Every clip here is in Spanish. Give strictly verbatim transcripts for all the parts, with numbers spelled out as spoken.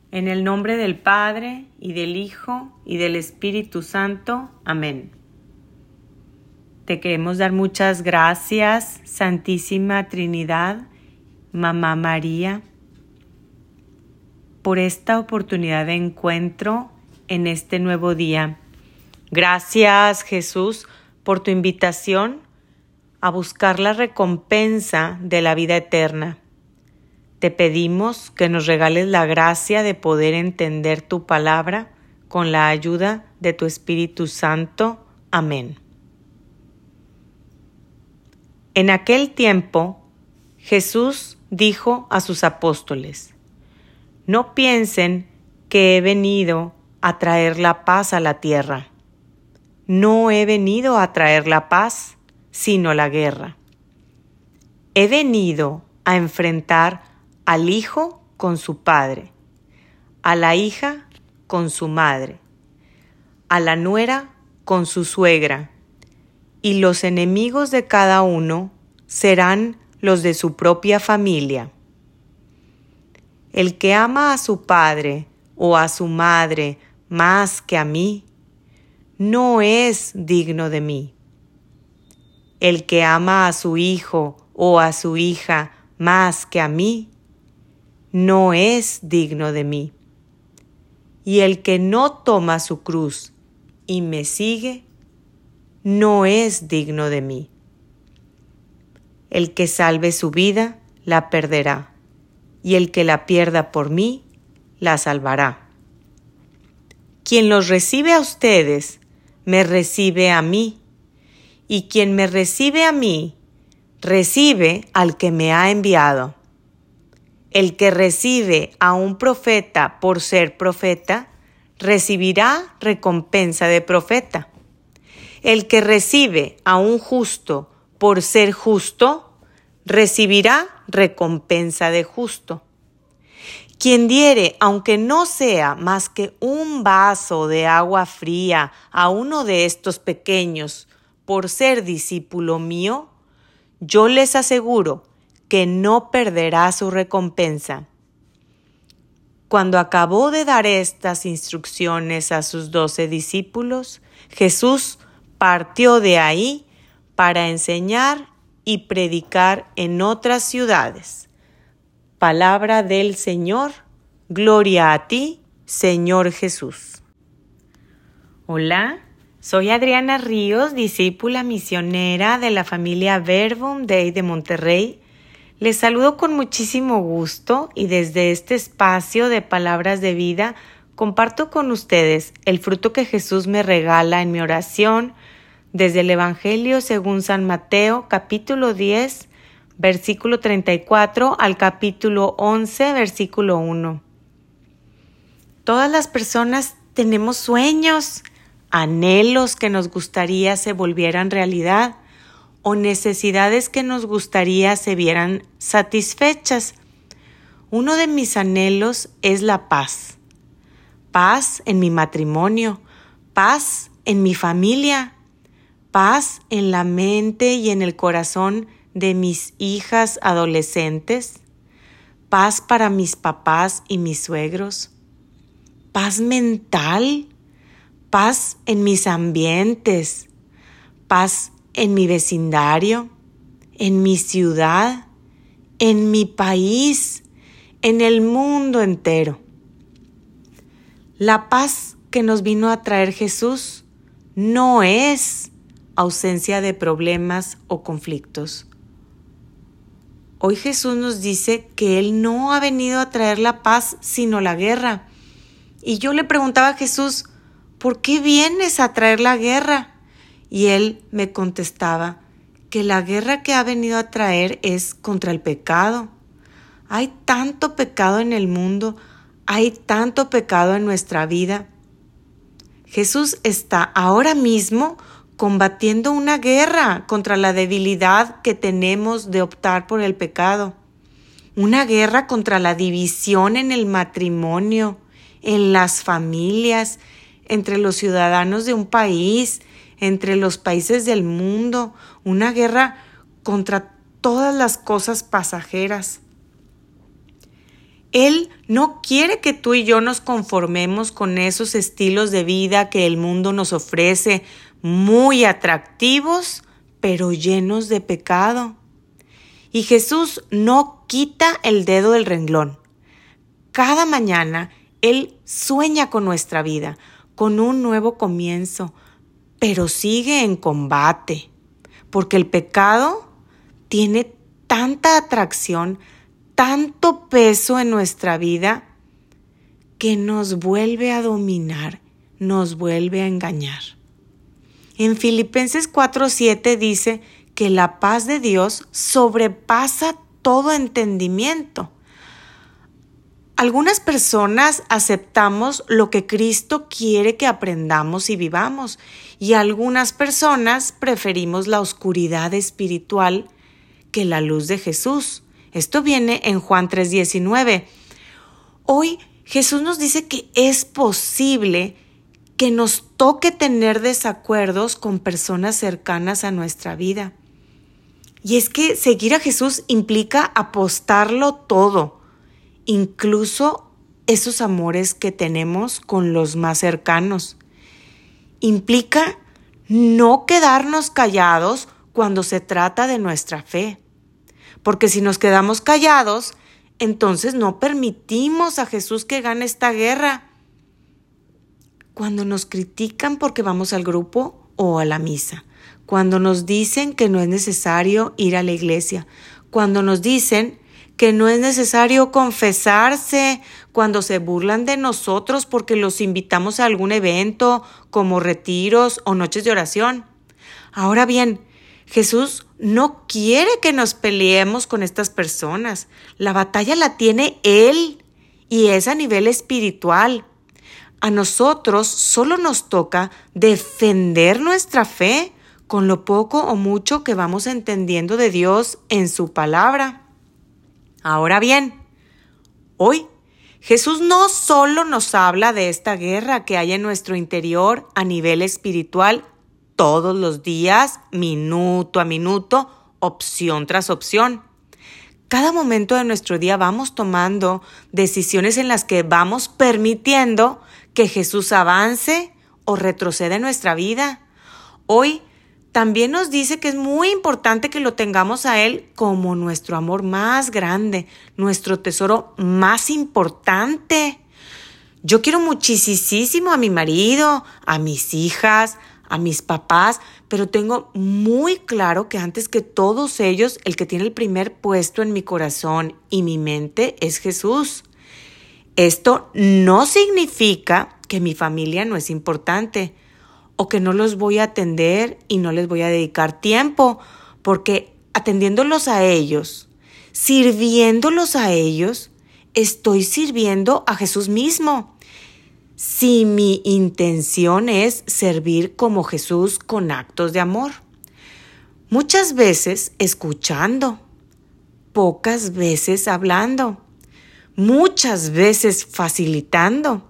En el nombre del Padre, y del Hijo, y del Espíritu Santo. Amén. Te queremos dar muchas gracias, Santísima Trinidad, Mamá María, por esta oportunidad de encuentro en este nuevo día. Gracias, Jesús, por tu invitación a buscar la recompensa de la vida eterna. Te pedimos que nos regales la gracia de poder entender tu palabra con la ayuda de tu Espíritu Santo. Amén. En aquel tiempo, Jesús dijo a sus apóstoles: No piensen que he venido a traer la paz a la tierra. No he venido a traer la paz, sino la guerra. He venido a enfrentar al hijo con su padre, a la hija con su madre, a la nuera con su suegra, y los enemigos de cada uno serán los de su propia familia. El que ama a su padre o a su madre más que a mí, no es digno de mí. El que ama a su hijo o a su hija más que a mí, no es digno de mí. Y el que no toma su cruz y me sigue, no es digno de mí. El que salve su vida, la perderá, y el que la pierda por mí, la salvará. Quien los recibe a ustedes, me recibe a mí, y quien me recibe a mí, recibe al que me ha enviado. El que recibe a un profeta por ser profeta, recibirá recompensa de profeta. El que recibe a un justo por ser justo, recibirá recompensa de justo. Quien diere, aunque no sea más que un vaso de agua fría a uno de estos pequeños, por ser discípulo mío, yo les aseguro que no perderá su recompensa. Cuando acabó de dar estas instrucciones a sus doce discípulos, Jesús partió de ahí para enseñar y predicar en otras ciudades. Palabra del Señor, gloria a ti, Señor Jesús. Hola, soy Adriana Ríos, discípula misionera de la familia Verbum Dei de Monterrey. Les saludo con muchísimo gusto y desde este espacio de palabras de vida comparto con ustedes el fruto que Jesús me regala en mi oración desde el Evangelio según San Mateo, capítulo diez, versículo treinta y cuatro al capítulo once, versículo uno. Todas las personas tenemos sueños, anhelos que nos gustaría se volvieran realidad, o necesidades que nos gustaría se vieran satisfechas. Uno de mis anhelos es la paz. Paz en mi matrimonio, paz en mi familia, paz en la mente y en el corazón de mis hijas adolescentes, paz para mis papás y mis suegros, paz mental, paz en mis ambientes, paz en mi vecindario, en mi ciudad, en mi país, en el mundo entero. La paz que nos vino a traer Jesús no es ausencia de problemas o conflictos. Hoy Jesús nos dice que Él no ha venido a traer la paz, sino la guerra. Y yo le preguntaba a Jesús, ¿por qué vienes a traer la guerra? Y Él me contestaba que la guerra que ha venido a traer es contra el pecado. Hay tanto pecado en el mundo, hay tanto pecado en nuestra vida. Jesús está ahora mismo combatiendo una guerra contra la debilidad que tenemos de optar por el pecado. Una guerra contra la división en el matrimonio, en las familias, entre los ciudadanos de un país, entre los países del mundo, una guerra contra todas las cosas pasajeras. Él no quiere que tú y yo nos conformemos con esos estilos de vida que el mundo nos ofrece, muy atractivos, pero llenos de pecado. Y Jesús no quita el dedo del renglón. Cada mañana Él sueña con nuestra vida, con un nuevo comienzo, pero sigue en combate, porque el pecado tiene tanta atracción, tanto peso en nuestra vida, que nos vuelve a dominar, nos vuelve a engañar. En Filipenses cuatro siete dice que la paz de Dios sobrepasa todo entendimiento. Algunas personas aceptamos lo que Cristo quiere que aprendamos y vivamos, y algunas personas preferimos la oscuridad espiritual que la luz de Jesús. Esto viene en Juan tres diecinueve. Hoy Jesús nos dice que es posible que nos toque tener desacuerdos con personas cercanas a nuestra vida. Y es que seguir a Jesús implica apostarlo todo, incluso esos amores que tenemos con los más cercanos. Implica no quedarnos callados cuando se trata de nuestra fe, porque si nos quedamos callados, entonces no permitimos a Jesús que gane esta guerra. Cuando nos critican porque vamos al grupo o a la misa, cuando nos dicen que no es necesario ir a la iglesia, cuando nos dicen que no es necesario confesarse, cuando se burlan de nosotros porque los invitamos a algún evento como retiros o noches de oración. Ahora bien, Jesús no quiere que nos peleemos con estas personas. La batalla la tiene Él y es a nivel espiritual. A nosotros solo nos toca defender nuestra fe con lo poco o mucho que vamos entendiendo de Dios en su palabra. Ahora bien, hoy Jesús no solo nos habla de esta guerra que hay en nuestro interior a nivel espiritual todos los días, minuto a minuto, opción tras opción. Cada momento de nuestro día vamos tomando decisiones en las que vamos permitiendo que Jesús avance o retroceda en nuestra vida. Hoy también nos dice que es muy importante que lo tengamos a Él como nuestro amor más grande, nuestro tesoro más importante. Yo quiero muchísimo a mi marido, a mis hijas, a mis papás, pero tengo muy claro que antes que todos ellos, el que tiene el primer puesto en mi corazón y mi mente es Jesús. Esto no significa que mi familia no es importante o que no los voy a atender y no les voy a dedicar tiempo, porque atendiéndolos a ellos, sirviéndolos a ellos, estoy sirviendo a Jesús mismo. Si mi intención es servir como Jesús con actos de amor, muchas veces escuchando, pocas veces hablando, muchas veces facilitando,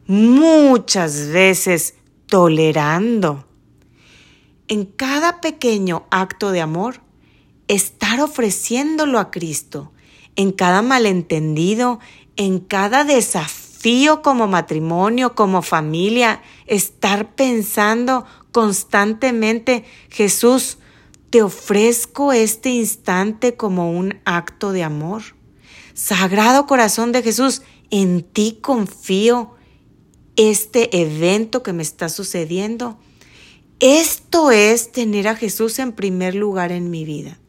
muchas veces tolerando. En cada pequeño acto de amor, estar ofreciéndolo a Cristo, en cada malentendido, en cada desafío como matrimonio, como familia, estar pensando constantemente, Jesús, te ofrezco este instante como un acto de amor. Sagrado Corazón de Jesús, en ti confío este evento que me está sucediendo. Esto es tener a Jesús en primer lugar en mi vida.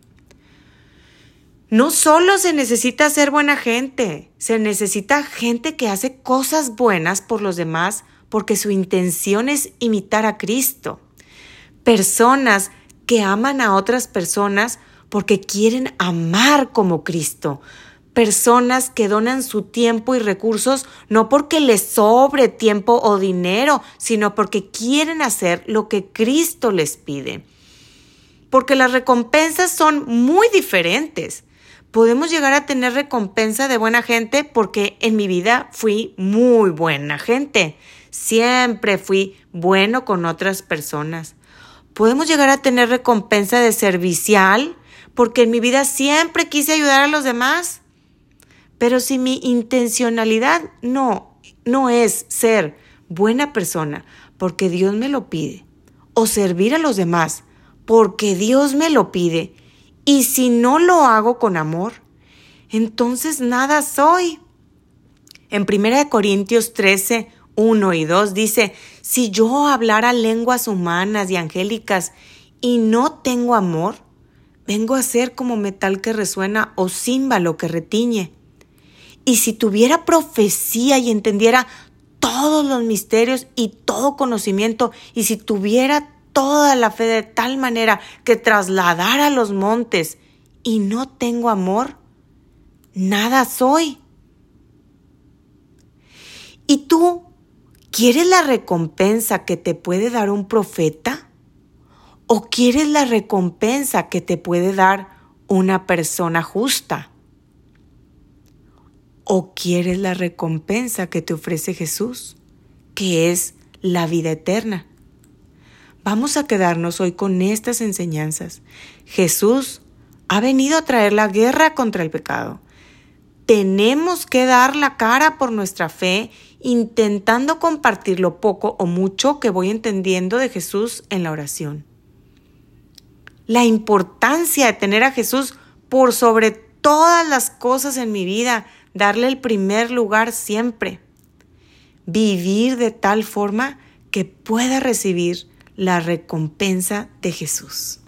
No solo se necesita ser buena gente, se necesita gente que hace cosas buenas por los demás porque su intención es imitar a Cristo. Personas que aman a otras personas porque quieren amar como Cristo. Personas que donan su tiempo y recursos no porque les sobre tiempo o dinero, sino porque quieren hacer lo que Cristo les pide. Porque las recompensas son muy diferentes. Podemos llegar a tener recompensa de buena gente porque en mi vida fui muy buena gente. Siempre fui bueno con otras personas. Podemos llegar a tener recompensa de servicial porque en mi vida siempre quise ayudar a los demás. Pero si mi intencionalidad no, no es ser buena persona porque Dios me lo pide, o servir a los demás porque Dios me lo pide, y si no lo hago con amor, entonces nada soy. En primera de Corintios trece, uno y dos dice, si yo hablara lenguas humanas y angélicas y no tengo amor, vengo a ser como metal que resuena o címbalo que retiñe. Y si tuviera profecía y entendiera todos los misterios y todo conocimiento, y si tuviera toda la fe de tal manera que trasladara los montes y no tengo amor, nada soy. ¿Y tú quieres la recompensa que te puede dar un profeta? ¿O quieres la recompensa que te puede dar una persona justa? ¿O quieres la recompensa que te ofrece Jesús, que es la vida eterna? Vamos a quedarnos hoy con estas enseñanzas. Jesús ha venido a traer la guerra contra el pecado. Tenemos que dar la cara por nuestra fe, intentando compartir lo poco o mucho que voy entendiendo de Jesús en la oración. La importancia de tener a Jesús por sobre todas las cosas en mi vida, darle el primer lugar siempre. Vivir de tal forma que pueda recibir la recompensa de Jesús.